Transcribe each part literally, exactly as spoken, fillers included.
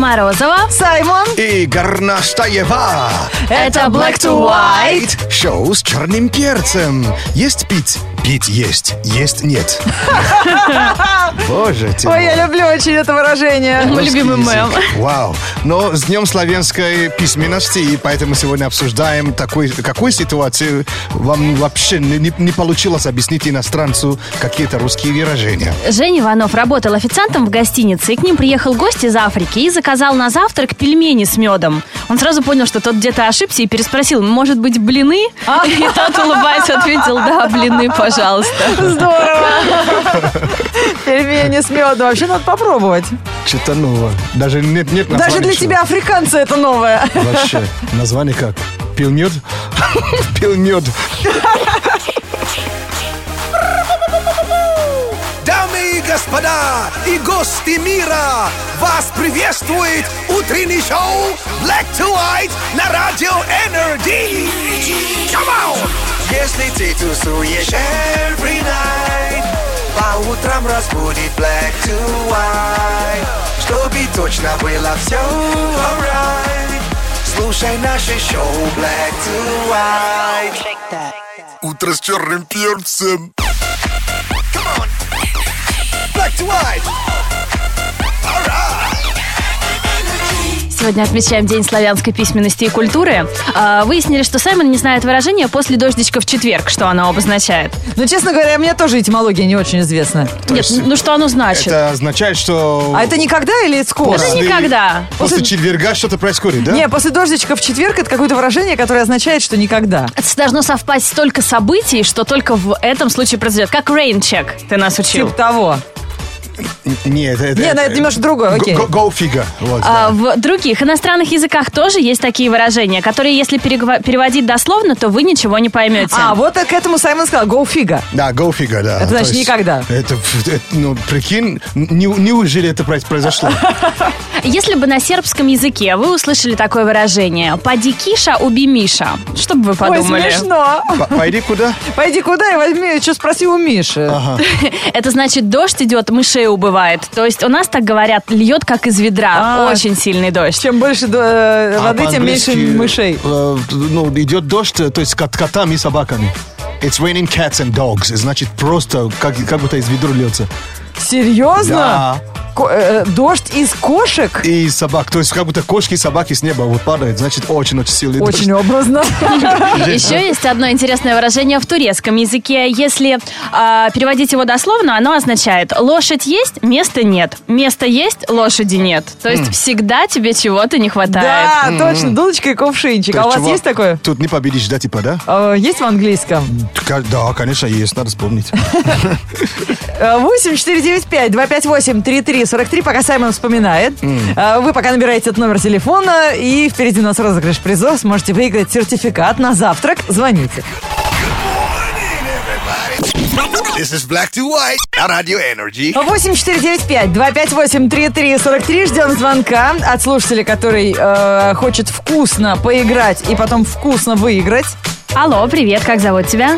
Морозова, Саймон и Горнаштаева. Это Black to White. Шоу с черным перцем. Есть пить? Пить есть. Есть нет. Боже ты Ой, мой. я люблю очень это выражение. мой любимый мем. Вау. Но с Днем славянской письменности, и поэтому сегодня обсуждаем такой, какую ситуацию вам вообще не, не получилось объяснить иностранцу какие-то русские выражения. Женя Иванов работал официантом в гостинице, и к ним приехал гость из Африки и заказал на завтрак пельмени с медом. Он сразу понял, что тот где-то ошибся, и переспросил: может быть, блины? И тот, улыбаясь, ответил: да, блины, пожалуйста. Здорово. Пельмени с медом. Вообще надо попробовать. Что-то новое. Даже нет, нет Даже названия, для что? тебя, африканца, это новое. Вообще. Название как? Пилмед? Пилмед. Дамы и господа, и гости мира, вас приветствует утренний шоу Black to White на радио Energy. Come on! Если ты тусуешь every night, по утрам разбудит Black to White, чтобы точно было все alright. Слушай наше шоу Black to White. Утро с черным перцем. Come on. Black to White. All right. Сегодня отмечаем День славянской письменности и культуры. А, Выяснили, что Саймон не знает выражения «после дождичка в четверг», что оно обозначает. Но, честно говоря, мне тоже этимология не очень известна. Нет, ну что оно значит? Это означает, что А это никогда или скоро? Это никогда. после четверга что-то происходит, да? Не, после дождичка в четверг это какое-то выражение, которое означает, что никогда. Это должно совпасть столько событий, что только в этом случае произойдет. Как rain check, ты нас учил. Типа того. Нет, это, Не, ну это немножко другое, окей. Go, go figure. Вот, А, да. в других иностранных языках тоже есть такие выражения, которые, если перегва- переводить дословно, то вы ничего не поймете. А, вот к этому Саймон сказал, go figure. Да, go figure, да. Это То значит есть никогда. Это, это, ну, прикинь, не, неужели это произ- произошло? Если бы на сербском языке вы услышали такое выражение «Поди, Киша, уби Миша», что бы вы подумали? Ой, смешно. П- Пойди куда? Пойди куда и возьми, что спроси у Миши. Ага. Это значит, дождь идет, мышей убывает. То есть у нас так говорят, льет как из ведра. А. Очень сильный дождь. Чем больше э, А воды, тем меньше по-английски, мышей. э, ну, идет дождь, то есть кот- котами и собаками. It's raining cats and dogs. Значит, просто как, как будто из ведра льется. Серьезно? Да. Ко- э, дождь из кошек? И собак. То есть как будто кошки и собаки с неба вот падают. Значит, очень-очень сильный дождь. Очень образно. Еще есть одно интересное выражение в турецком языке. Если а, переводить его дословно, оно означает «лошадь есть, места нет. Место есть, лошади нет». То есть всегда тебе чего-то не хватает. Да, точно, дудочка и кувшинчик. То А у вас чувак, есть такое? Тут не победишь, да, типа, да? Э, Есть в английском? Ка- Да, конечно, есть, надо вспомнить. восемь четыре девять пять два пять восемь три три сорок три, пока Саймон вспоминает. Э, Вы пока набираете этот номер телефона, и впереди у нас розыгрыш призов. Сможете выиграть сертификат на завтрак. Звоните. This is Black to White на радио Energy. восемь четыре девять пять два пять восемь три три сорок три. Ждем звонка от слушателя, который э, хочет вкусно поиграть и потом вкусно выиграть. Алло, привет, как зовут тебя?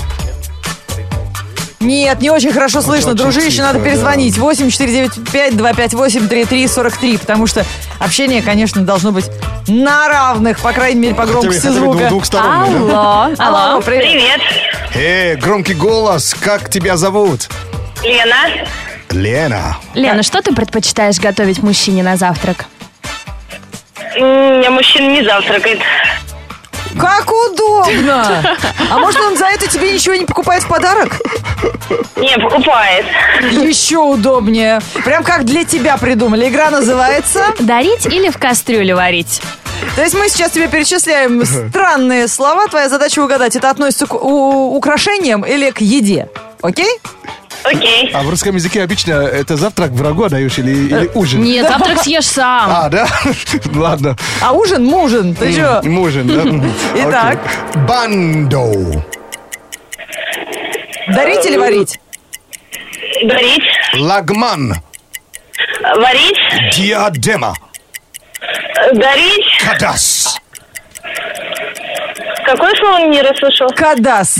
Нет, не очень хорошо слышно, очень дружище, тихо, надо да. перезвонить. восемь четыре девять пять два пять восемь три три сорок три, потому что общение, конечно, должно быть на равных, по крайней мере, по громкости Хотя бы звука. двух- двухсторонне, да? Алло, Алло, алло. привет. Привет, Эй, громкий голос, как тебя зовут? Лена. Лена. Лена, что ты предпочитаешь готовить мужчине на завтрак? М, У меня мужчина не завтракает. Как удобно! А может, он за это тебе ничего не покупает в подарок? Не, покупает. Еще удобнее. Прям как для тебя придумали. Игра называется... Дарить или в кастрюле варить? То есть мы сейчас тебе перечисляем странные слова. Твоя задача угадать, это относится к у- украшениям или к еде. Окей? Окей. А в русском языке обычно это завтрак врагу даешь или, или ужин? Нет, завтрак съешь сам. А, да? Ладно. А ужин мужин. Ты что? Ужин, да? Итак. Окей. Бандо. Дарить или варить? Дарить. Лагман. Варить. Диадема. Дарить. Кадас. Какое слово не расслышал? Кадас.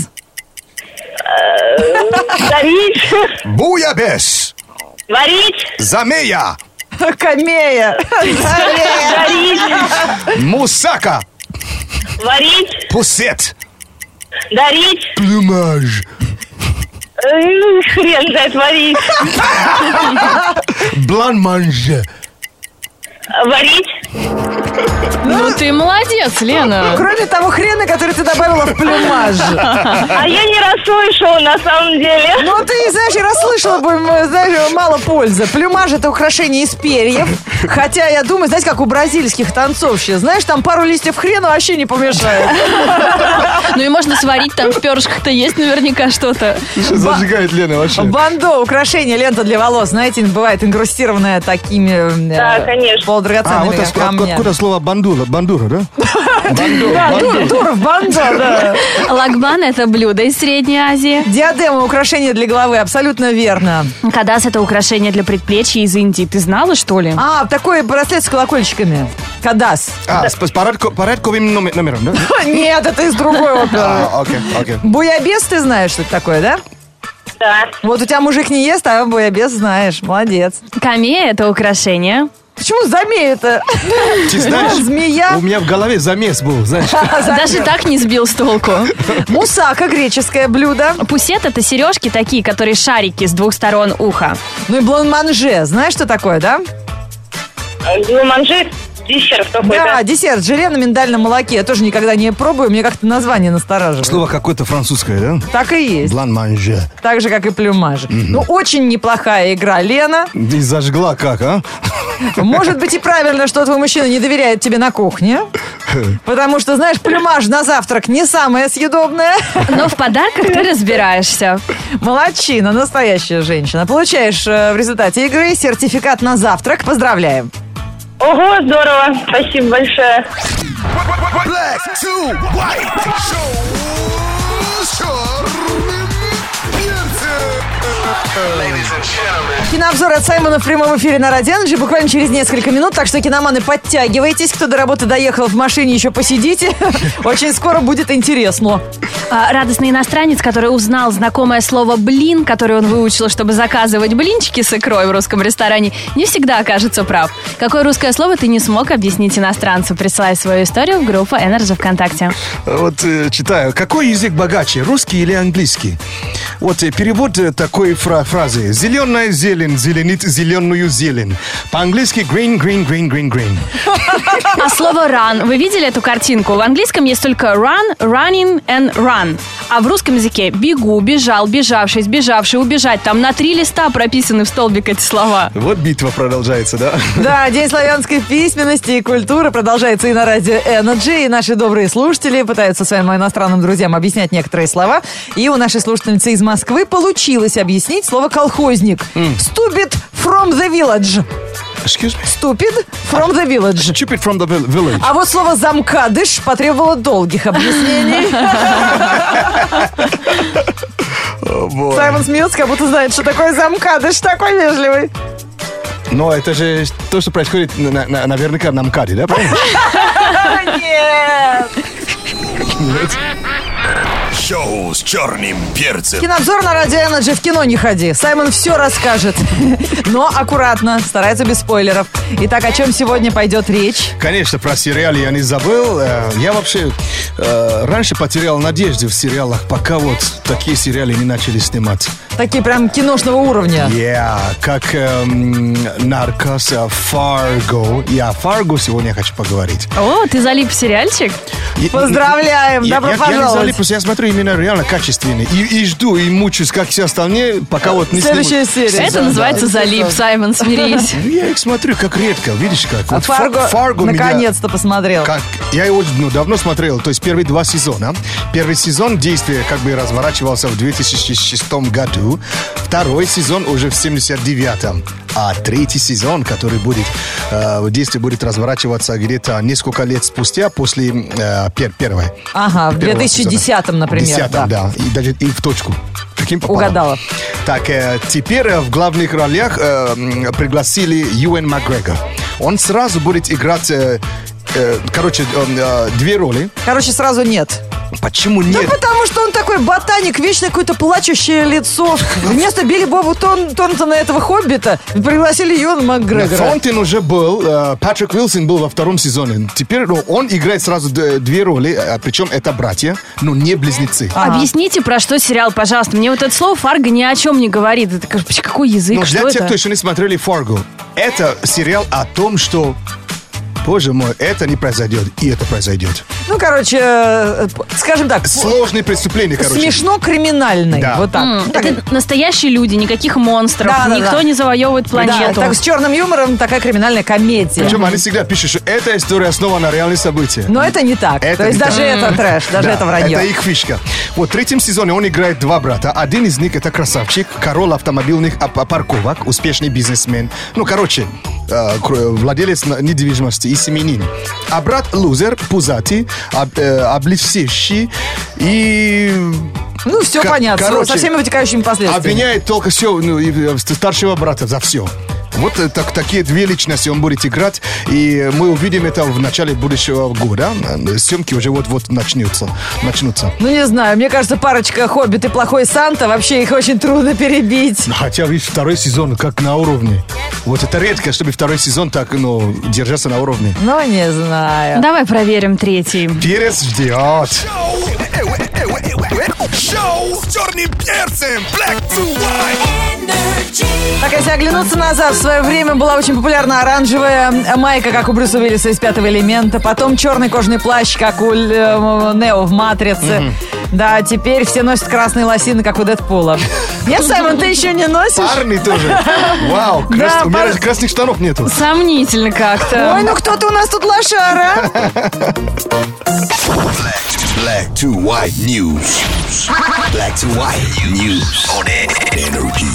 Дарить. Буябес. Варить. Замея. Камея. Дарить. Мусака. Варить. Пусет. Дарить. Плюмаж. Э, ну, хрен знает, варить. Блан-манже. Варить. Ну, ты молодец, Лена. Кроме того хрена, который ты добавила в плюмаж. А я не расслышала на самом деле. Ну, ты, знаешь, я расслышала бы, знаешь, мало пользы. Плюмаж — это украшение из перьев. Хотя, я думаю, знаете, как у бразильских танцовщиц. Знаешь, там пару листьев хрена вообще не помешает. Ну и можно сварить, там в перышках-то есть наверняка что-то. Что зажигает Лена вообще? Бандо, украшение, лента для волос. Знаете, бывает инкрустированная такими Да, конечно. А, вот полудрагоценными от- камнями. откуда слово бандура? Бандура, да? Банду, Да, банду. дур- Дуров, бандо, да. Лагбан – это блюдо из Средней Азии. Диадема, украшение для головы, абсолютно верно. Кадас – это украшение для предплечья из Индии. Ты знала, что ли? А, такой браслет с колокольчиками. Кадас. А, с с порядко- порядковым номер- номером, да? Нет, это из другой оперы. А, окей, окей. Буябес, ты знаешь, что это такое, да? Да. Вот у тебя мужик не ест, а буябес знаешь. Молодец. Камея – это украшение. Почему замея-то? Ты знаешь, Змея. у меня в голове замес был, знаешь. Даже так не сбил с толку. Мусака, греческое блюдо. Пусет – это сережки такие, которые шарики с двух сторон уха. Ну и блан-манже. Знаешь, что такое, да? Манжет. Десерт Да, какой-то. десерт, желе на миндальном молоке. Я тоже никогда не пробую, мне как-то название настораживает. Слово какое-то французское, да? Так и есть. Блан-манже. Так же, как и плюмаж. Ну, очень неплохая игра, Лена. Ты зажгла как, а? Может быть и правильно, что твой мужчина не доверяет тебе на кухне. Потому что, знаешь, плюмаж на завтрак не самое съедобное. Но в подарках ты разбираешься. Молодчина, настоящая женщина. Получаешь э, в результате игры сертификат на завтрак. Поздравляем. Ого, здорово. Спасибо большое. Black to white. Шоу с черным перцем. Ladies and gentlemen. Кинообзор от Саймона в прямом эфире на Радио Энерджи буквально через несколько минут. Так что, киноманы, подтягивайтесь. Кто до работы доехал в машине, еще посидите. Очень скоро будет интересно. А, радостный иностранец, который узнал знакомое слово «блин», которое он выучил, чтобы заказывать блинчики с икрой в русском ресторане, не всегда окажется прав. Какое русское слово ты не смог объяснить иностранцу? Присылай свою историю в группу Energy ВКонтакте. Вот э, читаю. Какой язык богаче, русский или английский? Вот э, перевод э, такой фра- фразы. Зеленая зелень зеленит зеленую зелень. По-английски green, green, green, green, green. А слово run, вы видели эту картинку? В английском есть только run, running and run. А в русском языке бегу, бежал, бежавший, сбежавший, убежать. Там на три листа прописаны в столбик эти слова. Вот битва продолжается, да? Да, День славянской письменности и культуры продолжается и на Радио Энерджи. И наши добрые слушатели пытаются своим иностранным друзьям объяснять некоторые слова. И у нашей слушательницы из Москвы получилось объяснить слово «колхозник». Stupid from the village. Excuse me? Stupid from the village. Stupid from the vil- village. А вот слово «замкадыш» потребовало долгих объяснений. О, боже. Саймон смеется, как будто знает, что такое замкадыш, такой вежливый. Но это же то, что происходит на- на- наверняка на МКАДе, да? Правильно? Нет. Шоу с черным перцем. Кинообзор на Радио Энерджи. В кино не ходи. Саймон все расскажет. Но аккуратно, старается без спойлеров. Итак, о чем сегодня пойдет речь? Конечно, про сериалы я не забыл. Э, Я вообще э, раньше потерял надежды в сериалах, пока вот такие сериалы не начали снимать. Такие прям киношного уровня. Yeah, как эм, Наркос, э, Фарго. Я о Фарго сегодня хочу поговорить. О, ты залип в сериальчик? И- Поздравляем, я, добро я, я не пожаловать. залип, я смотрю именно реально качественный. И, и жду, и мучаюсь, как все остальные, пока вот не Следующая снимут. серия. Это называется залип, Саймон, смирись. Ну, я их смотрю как редко, видишь как. А Вот Фа- Фарго, Фарго меня- наконец-то посмотрел. Как, я его ну, давно смотрел, то есть первые два сезона. Первый сезон действия как бы разворачивался в две тысячи шестом году. Второй сезон уже в семьдесят девятом. А третий сезон, который будет, э, действие будет разворачиваться где-то несколько лет спустя после э, пер- первой. Ага, в первого две тысячи десятом, сезона. например. десятом, да. да. И даже и в точку. Каким попало. Угадала. Так, э, теперь э, в главных ролях э, м, пригласили Юэн Макгрегор. Он сразу будет играть, э, э, короче, э, э, две роли. Короче, сразу нет. Почему Да нет? потому что он такой ботаник, вечно какое-то плачущее лицо. Вместо Билли Боба Тон, Торнтона, этого хоббита, пригласили Юэна Макгрегора. Фонтин уже был, э, Патрик Уилсон был во втором сезоне. Теперь ну, он играет сразу д- две роли, а, причем это братья, но не близнецы. Объясните, про что сериал, пожалуйста. Мне вот это слово «фарго» ни о чем не говорит. Это как- какой язык, Но что для тех, это? кто еще не смотрели «Фарго», это сериал о том, что, боже мой, это не произойдет, и это произойдет. Ну, короче, э, скажем так, Сложные преступления, короче. Смешно-криминальный. Да. Вот так. М, Ну, так- Это настоящие люди, никаких монстров. Да, да, Никто да. не завоевывает Да, планету. так с черным юмором такая криминальная комедия. Причем они всегда пишут, что эта история основана на реальных событиях. Но это не так. Это То есть не даже так. это трэш, даже Да, это вранье. Это их фишка. Вот в третьем сезоне он играет два брата. Один из них это красавчик, король автомобильных ап- парковок, успешный бизнесмен. Ну, короче, э, кр- владелец на- недвижимости и семенин. А брат лузер, пузатый, об- э, облесевший и... Ну, все Ко- понятно, короче, со всеми вытекающими последствиями. обвиняет только все, ну, и, э, старшего брата за все. Вот э, так, такие две личности он будет играть, и мы увидим это в начале будущего года. Э, Съемки уже вот-вот начнутся. начнутся. Ну, не знаю, мне кажется, парочка «Хоббит» и «Плохой Санта», вообще их очень трудно перебить. Хотя, видишь, второй сезон как на уровне. Вот это редко, чтобы второй сезон так, ну, держаться на уровне. Ну, не знаю. Давай проверим третий. Перец ждет. Шоу с черным перцем. Black to white. Так, если оглянуться назад, в свое время была очень популярна оранжевая майка, как у Брюса Уиллиса из «Пятого элемента», потом черный кожаный плащ, как у э, Нео в «Матрице». Да, теперь все носят красные лосины, как у Дэдпула. Нет, Саймон, ты еще не носишь? Парни тоже. Вау, крас- Да, у меня пар- даже красных штанов нету. Сомнительно как-то. Ой, ну кто-то у нас тут лошара. Black to white news. Black to white news on Energy.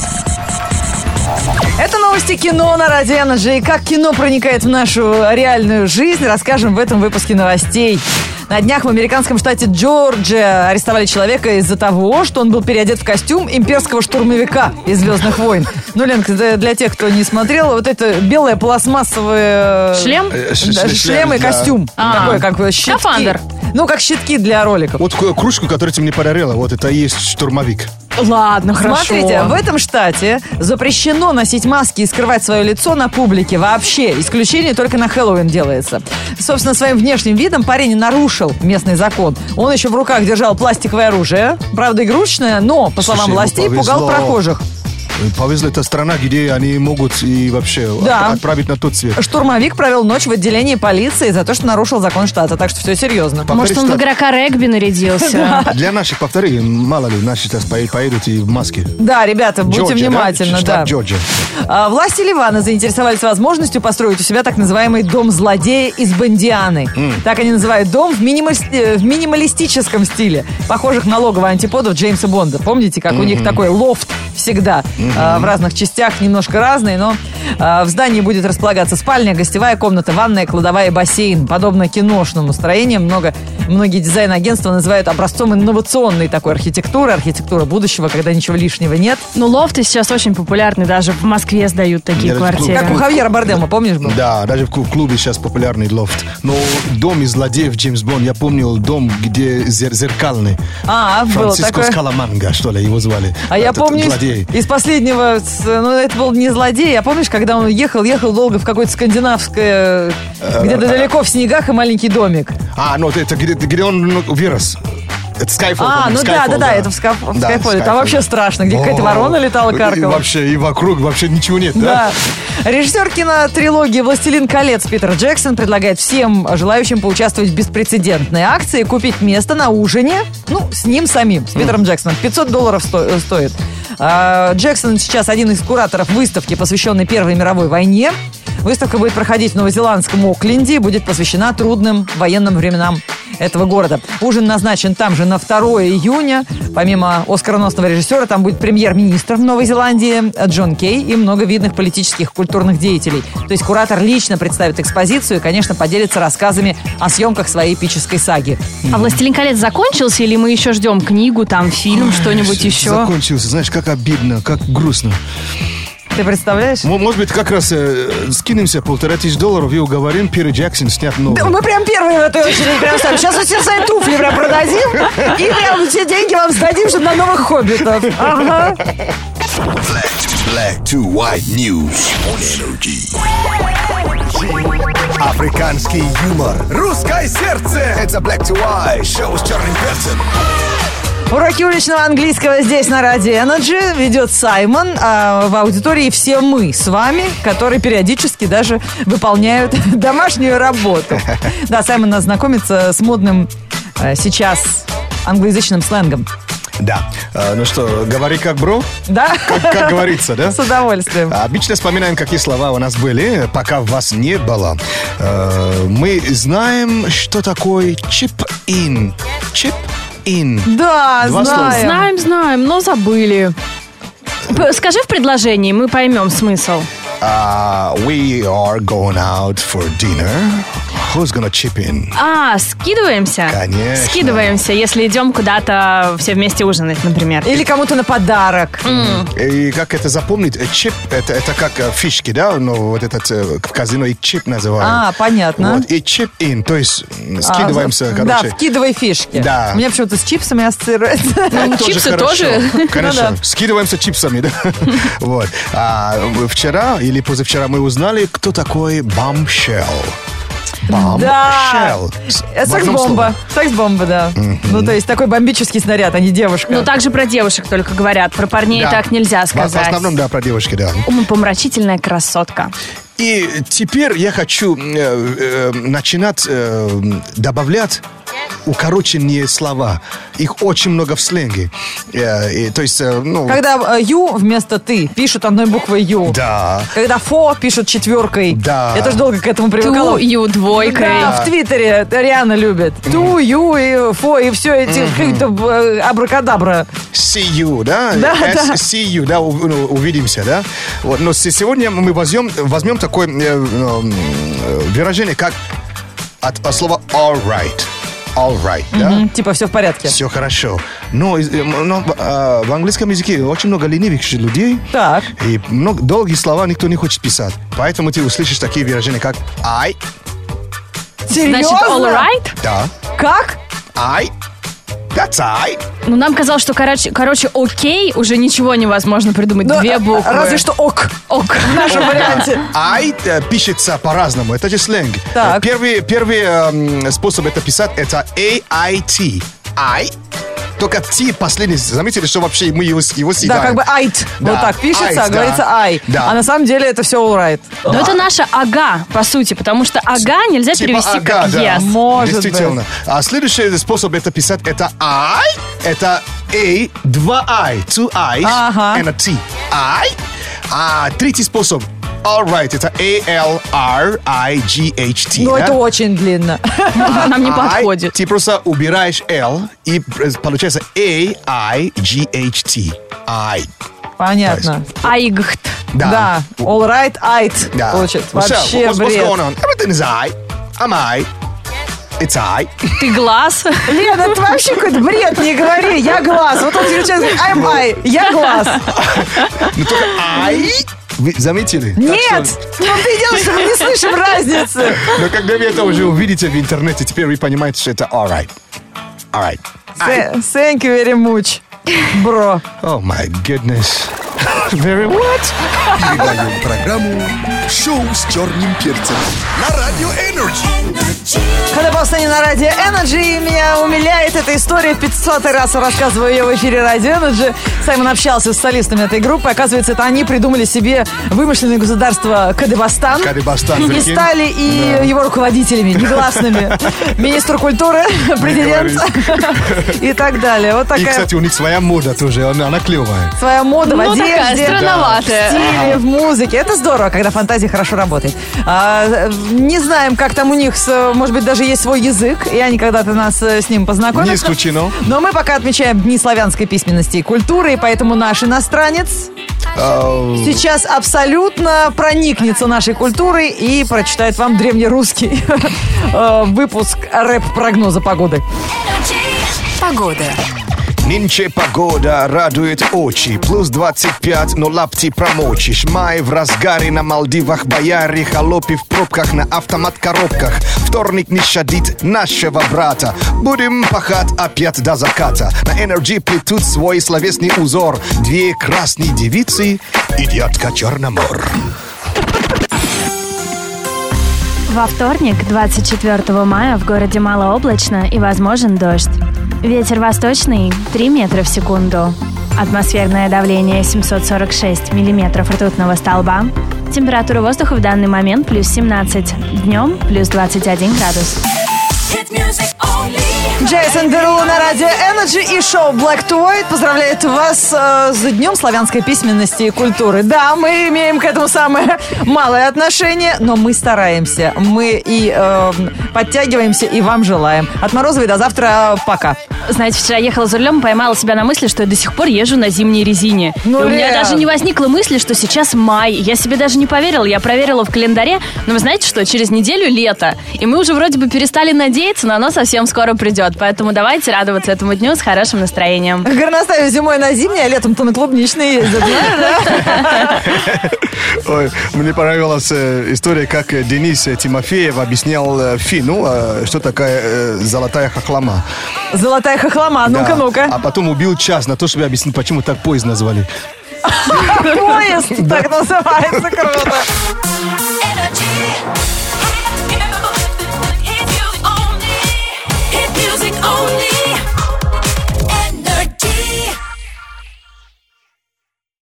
Это новости кино на Радио Energy. И как кино проникает в нашу реальную жизнь, расскажем в этом выпуске новостей. На днях в американском штате Джорджия арестовали человека из-за того, что он был переодет в костюм имперского штурмовика из «Звездных войн». Ну, Ленка, для для тех, кто не смотрел, вот это белое пластмассовое... Шлем? Э, ш- Да, ш- шлем и да. костюм. А. Такой, как щитки. Скафандр. Ну, как щитки для роликов. Вот ку- кружку, которую ты мне подарила, вот это и есть штурмовик. Ладно, хорошо. Смотрите, в этом штате запрещено носить маски и скрывать свое лицо на публике вообще. Исключение только на Хэллоуин делается. Собственно, своим внешним видом парень нарушил местный закон. Он еще в руках держал пластиковое оружие, правда игрушечное, но, по словам Слушай, ему властей, пугал повезло. прохожих. Повезло, это страна, где они могут и вообще Да. от- отправить на тот свет. Штурмовик провел ночь в отделении полиции за то, что нарушил закон штата. Так что все серьезно. Может, он в игрока регби нарядился? Для наших, повтори, мало ли, наши сейчас по- поедут и в маске. Да, ребята, будьте Джорджия, внимательны. да? Да. Штат Джорджия. А, Власти Ливана заинтересовались возможностью построить у себя так называемый дом злодея из Бондианы. Так они называют дом в, минималис- э, в минималистическом стиле, похожих на логово антиподов Джеймса Бонда. Помните, как у них такой лофт всегда а, в разных частях, немножко разные, но а, в здании будет располагаться спальня, гостевая комната, ванная, кладовая и бассейн. Подобно киношному строению, много, многие дизайн-агентства называют образцом инновационной такой архитектуры, архитектура будущего, когда ничего лишнего нет. Ну, лофты сейчас очень популярны, даже в Москве сдают такие Я даже в клуб- квартиры. Как у Хавьера Бардема, помнишь, был? Да, даже в ку- клубе сейчас популярный лофт. Но дом из злодеев Джеймс Бонд, я помнил дом, где зер- зеркальный. А, было Франциско такое. Скаламанга, что ли, его звали. А я Этот помню из, злодей. из последнего, с- ну это был не злодей, а помнишь, когда он ехал, ехал долго в какое-то скандинавское, где-то далеко в снегах и маленький домик. А, ну это где, где он ну, вырос. Это Skyfall. А, по-моему, ну да, Skyfall, да, да, это в, Скаф- в Да, Скайфоле. Там Skyfall. вообще страшно, где какая-то О, ворона летала, И каркала. вообще, и вокруг вообще ничего нет, да? Да. Режиссер кинотрилогии «Властелин колец» Питер Джексон предлагает всем желающим поучаствовать в беспрецедентной акции, купить место на ужине, ну, с ним самим, с Питером Джексоном. пятьсот долларов сто- стоит. А, Джексон сейчас один из кураторов выставки, посвященной Первой мировой войне. Выставка будет проходить в новозеландском Окленде и будет посвящена трудным военным временам этого города. Ужин назначен там же на второе июня. Помимо оскароносного режиссера, там будет премьер-министр в Новой Зеландии Джон Кей и много видных политических и культурных деятелей. То есть куратор лично представит экспозицию и, конечно, поделится рассказами о съемках своей эпической саги. А «Властелин колец» закончился или мы еще ждем книгу, там, фильм, что-нибудь еще? Закончился. Знаешь, как обидно, как грустно. Ты представляешь? М- Может быть, как раз э, скинемся полтора тысяч долларов и уговорим Перри Джексон снять новый. Да, мы прям первые в этой очереди прям ставим. Сейчас у тебя свои туфли прям продадим и прям все деньги вам сдадим, чтобы на новых хоббитов. Ага. Black to, black to white news on Energy. Африканский юмор. Русское сердце. Это Black to White. Шоу с черным перцем. Уроки уличного английского здесь на Радио Energy ведет Саймон, а в аудитории все мы с вами, которые периодически даже выполняют домашнюю работу. Да, Саймон нас знакомится с модным э, сейчас англоязычным сленгом. Да. Э, ну что, говори как бро? Да? Как, как говорится, да? С удовольствием. Обычно вспоминаем, какие слова у нас были, пока вас не было. Э, мы знаем, что такое chip-in. Chip-in. Да, Два слова. знаем. Знаем, знаем, но забыли. П- Скажи в предложении, мы поймем смысл. Uh, we are going out for dinner. Who's gonna chip in? А, скидываемся? Конечно. Скидываемся, если идем куда-то все вместе ужинать, например. Или кому-то на подарок. И как это запомнить? Э, Чип, это, это как э, фишки, да? Ну, вот этот э, в казино и чип называют. А, понятно. Вот, и чип in, то есть м, скидываемся, А, короче. Да, вкидывай фишки. Да. У меня почему-то с чипсами ассоциируется. Ну, Тоже чипсы хорошо. тоже. Конечно. Ну да. Скидываемся чипсами, да? Вот. А вчера или позавчера мы узнали, кто такой bombshell. Да. Bombshell. С- Э, в одном Секс-бомба. слове. Секс-бомба, да. Ну, то есть такой бомбический снаряд, а не девушка. Ну, также про девушек только говорят. Про парней Да. так нельзя В- В сказать. основном, да, про девушки, да. Умопомрачительная красотка. И теперь я хочу э, э, начинать э, добавлять укороченные слова. Их очень много в сленге. Э, и, то есть, э, ну... Когда э, ю вместо ты пишут одной буквой ю. Да. Когда фо пишут четверкой. Да. Я тоже долго к этому привыкала. Ту, ю, двойкой. Да, в Твиттере Риана любит. Ту, ю и фо, и все эти какие-то э, абракадабра. See you, да? Да, S- да. See you, да, у- ну, увидимся, да? Вот, но с- сегодня мы возьмем, возьмем такое э, э, выражение, как от, от слова all right. All right, да? М, Типа все в порядке. Все хорошо. Но, из- э, но э, в английском языке очень много ленивых же людей. Так. И много, долгие слова никто не хочет писать. Поэтому ты услышишь такие выражения, как I, Серьезно? Значит, all right? да, Как? I, that's I. Ну, нам казалось, что, короче, короче, окей, уже ничего невозможно придумать. Ну, Две буквы. Разве что ок. Ок. В нашем варианте. I э, пишется по-разному, это же сленг. Так. Э, Первый, первый эм, способ это писать, это A I T. I. Только T последний. Заметили, что вообще мы его, его Да, съедаем? как бы айт. Да, Вот так пишется, айт, а да. говорится ай. Да. А на самом деле это все all right. Но это наша ага, по сути, потому что ага нельзя Типа перевести ага, как да. yes. Может Действительно. А следующий способ это писать, это I, это A, два I, two I's, Ага. and a T. I. А третий способ, all right, это A L R I G H T. Но да? это очень длинно. Нам не I, подходит. Ты просто убираешь L, и получается A I G H T. I. Понятно. Айгхт. Да. All right, айт. Да. Получается. What's up? Вообще What's, what's бред. going on? Everything is I. I'm I. It's I. Ты глаз. Лена, это вообще какой-то бред, не говори. Я глаз. Вот он сейчас говорит, I'm I. Я глаз. Но только I. Вы заметили? Так Нет. что- Ну ты делаешь, что мы не слышим разницы. Но когда вы это уже увидите в интернете, теперь вы понимаете, что это all right. All right. Th- Thank you very much, бро. Oh my goodness. Very what? Передаем программу «Шоу с черным перцем» на Радио Energy. Когда полстани на Радио Energy, меня умиляет эта история. В пятисотый раз рассказываю ее в эфире Радио Energy. Саймон общался с солистами этой группы. Оказывается, это они придумали себе вымышленное государство Кадебастан. Кадебастан, И прикинь. стали и Да. его руководителями, негласными. Министр культуры, президент и так далее. Вот И, такая кстати, у них своя мода тоже, она, она клевая. своя мода в Ну, одежде. такая странноватая. В стиле, в музыке. Это здорово, когда фантазия хорошо работает. А, не знаем, как там у них, с- может быть, даже есть свой язык, и они когда-то нас э, с ним познакомят. Не исключено. Но мы пока отмечаем Дни славянской письменности и культуры, и поэтому наш иностранец Ау. сейчас абсолютно проникнется нашей культурой и прочитает вам древнерусский э, выпуск рэп-прогноза погоды. Погода. Нынче погода радует очи. Плюс двадцать пять, но лапти промочишь. Май в разгаре на Малдивах, бояре, холопи в пробках на автомат-коробках. Вторник не щадит нашего брата. Будем пахать опять до заката. На Energy плетут свой словесный узор. Две красные девицы и дядька Черномор. Во вторник, двадцать четвёртого мая, в городе малооблачно и возможен дождь. Ветер восточный три метра в секунду. Атмосферное давление семьсот сорок шесть миллиметров ртутного столба. Температура воздуха в данный момент плюс семнадцать. Днем плюс двадцать один градус. Джейсон Деруло на радио Energy и шоу Black to White поздравляет вас э, с Днем славянской письменности и культуры. Да, мы имеем к этому самое малое отношение, но мы стараемся. Мы и э, подтягиваемся, и вам желаем. От Морозовой до завтра. Пока. Знаете, вчера ехала за рулем и поймала себя на мысли, что я до сих пор езжу на зимней резине. Ну, и у меня Лен. даже не возникло мысли, что сейчас май. Я себе даже не поверила. Я проверила в календаре. Но вы знаете что? Через неделю лето. И мы уже вроде бы перестали надеяться, но оно совсем скоро придет. Поэтому давайте радоваться этому дню с хорошим настроением. Горностаев зимой на зимний, а летом-то на клубничный ездят. Ой, мне понравилась э, история, как э, Денис Тимофеев объяснял э, Фину, э, что такая э, золотая хохлома. Золотая хохлома, ну-ка, Да. ну-ка. А потом убил час на то, чтобы объяснить, почему так поезд назвали. Поезд так называется, круто. Energy.